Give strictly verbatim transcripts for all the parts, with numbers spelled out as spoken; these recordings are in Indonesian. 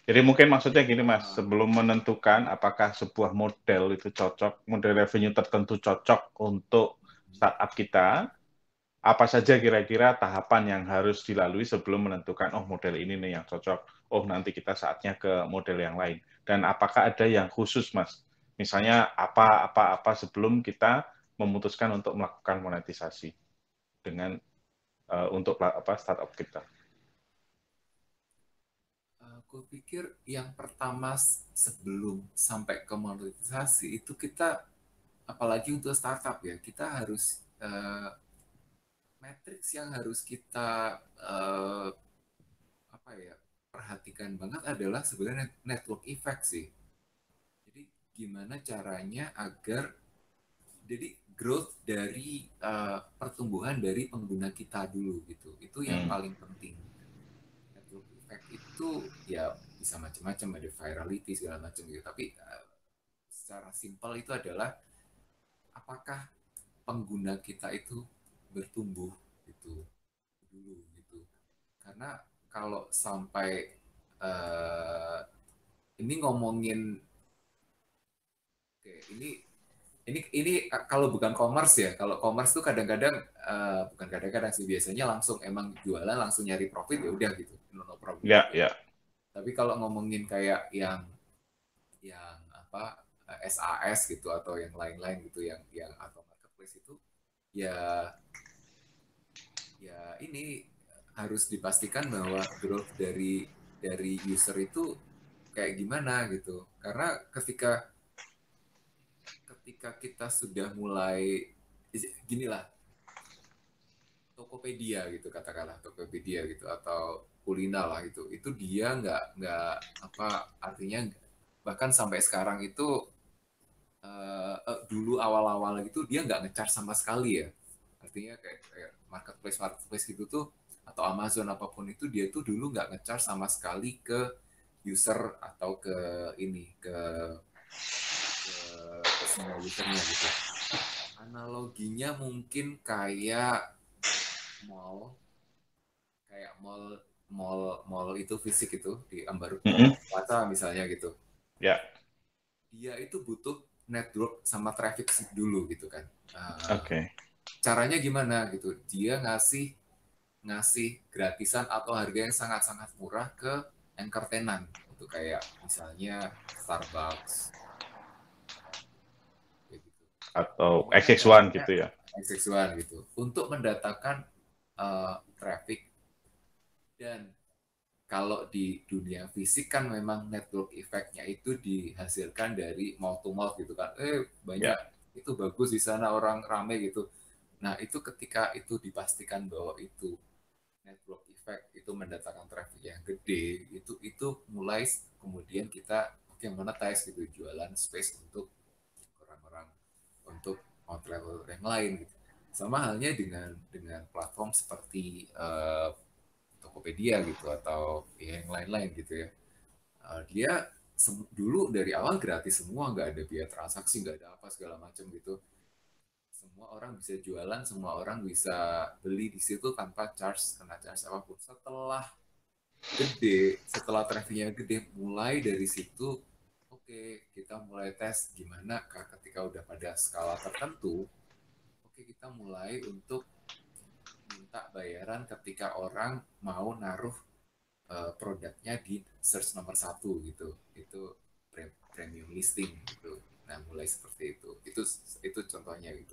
Jadi mungkin maksudnya gini Mas, Uh, sebelum menentukan apakah sebuah model itu cocok, model revenue tertentu cocok untuk startup kita, apa saja kira-kira tahapan yang harus dilalui sebelum menentukan, oh model ini nih yang cocok, oh nanti kita saatnya ke model yang lain. Dan apakah ada yang khusus Mas? Misalnya apa-apa-apa sebelum kita memutuskan untuk melakukan monetisasi dengan uh, untuk apa startup kita. Aku pikir yang pertama sebelum sampai ke monetisasi itu kita, apalagi untuk startup ya, kita harus uh, matriks yang harus kita uh, apa ya perhatikan banget adalah sebenarnya network effect sih. Jadi gimana caranya agar jadi growth dari uh, pertumbuhan dari pengguna kita dulu gitu. Itu yang Hmm. paling penting. Network effect itu ya bisa macam-macam, ada virality segala macam gitu. Tapi uh, secara simpel itu adalah apakah pengguna kita itu bertumbuh gitu dulu gitu. Karena kalau sampai uh, ini ngomongin oke, ini ini ini kalau bukan commerce ya, kalau commerce tuh kadang-kadang uh, bukan kadang-kadang sih, biasanya langsung emang jualan langsung nyari profit ya udah gitu, no, no problem Ya, juga. ya. Tapi kalau ngomongin kayak yang yang apa S A S gitu atau yang lain-lain gitu, yang yang atau marketplace itu ya ya ini harus dipastikan bahwa growth dari dari user itu kayak gimana gitu. Karena ketika ketika kita sudah mulai gini lah, Tokopedia gitu katakanlah, Tokopedia gitu gitu, atau Kulina lah itu itu dia nggak nggak apa artinya, bahkan sampai sekarang itu uh, uh, dulu awal-awal gitu dia nggak nge-charge sama sekali ya, artinya kayak, kayak marketplace marketplace gitu tuh atau Amazon apapun itu, dia tuh dulu nggak nge-charge sama sekali ke user atau ke ini ke, ke semua usernya gitu. Analoginya mungkin kayak mall, kayak mall mall mall itu fisik itu di Mm-mm. Ambarukmo Plaza misalnya gitu. Ya, Dia itu butuh network sama traffic dulu gitu kan. Uh, oke. caranya gimana gitu? Dia ngasih ngasih gratisan atau harga yang sangat-sangat murah ke anchor tenant untuk kayak misalnya Starbucks kayak gitu. Atau Gimana X X satu caranya gitu ya. seksual gitu untuk mendatangkan uh, traffic. Dan kalau di dunia fisik kan memang network effect-nya itu dihasilkan dari mouth to mouth gitu kan. Eh Ya. banyak itu bagus di sana, orang rame gitu. Nah, itu ketika itu dipastikan bahwa itu network effect itu mendatangkan traffic yang gede, itu itu mulai kemudian kita oke okay, monetize gitu, jualan space untuk orang-orang, untuk outlet yang lain gitu. Sama halnya dengan dengan platform seperti uh, Tokopedia gitu atau ya yang lain-lain gitu ya. Uh, dia dulu dari awal gratis semua, nggak ada biaya transaksi, nggak ada apa segala macam gitu. Semua orang bisa jualan, semua orang bisa beli di situ tanpa charge, kena charge apapun. Setelah gede, setelah trafficnya gede, mulai dari situ, oke okay, kita mulai tes gimana ketika udah pada skala tertentu, oke okay, kita mulai untuk minta bayaran ketika orang mau naruh uh, produknya di search nomor satu gitu, itu premium listing gitu. Nah mulai seperti itu, itu itu contohnya gitu.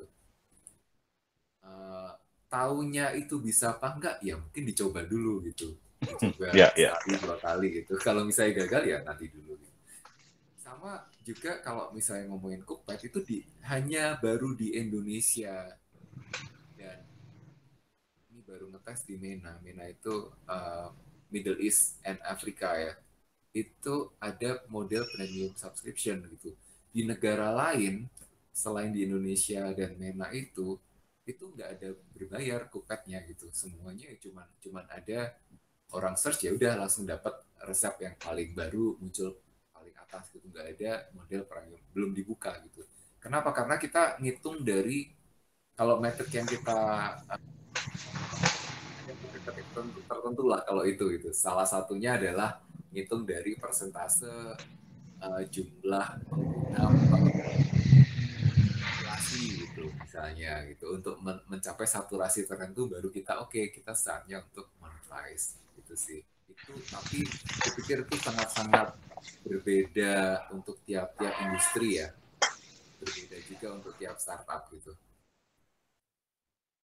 Uh, taunya itu bisa apa enggak ya mungkin dicoba dulu gitu, dicoba Ya, ya. sekali dua kali gitu. Kalau misalnya gagal ya nanti dulu gitu. Sama juga kalau misalnya ngomongin Cookpad itu di hanya baru di Indonesia, dan ini baru ngetes di MENA. MENA itu uh, Middle East and Africa ya. Itu ada model premium subscription gitu. Di negara lain selain di Indonesia dan MENA itu itu nggak ada berbayar Cookpad-nya gitu. Semuanya cuman cuman ada orang search ya udah langsung dapat resep yang paling baru muncul paling atas gitu, nggak ada model premium, belum dibuka gitu. Kenapa? Karena kita ngitung dari kalau metrik yang kita ada metrik tertentu, tertentu lah kalau itu itu salah satunya adalah ngitung dari persentase uh, jumlah pengguna per populasi gitu misalnya gitu untuk men mencapai saturasi tertentu baru kita oke okay, kita saatnya untuk monetize gitu sih itu tapi kupikir itu sangat-sangat berbeda untuk tiap-tiap industri ya berbeda juga untuk tiap startup gitu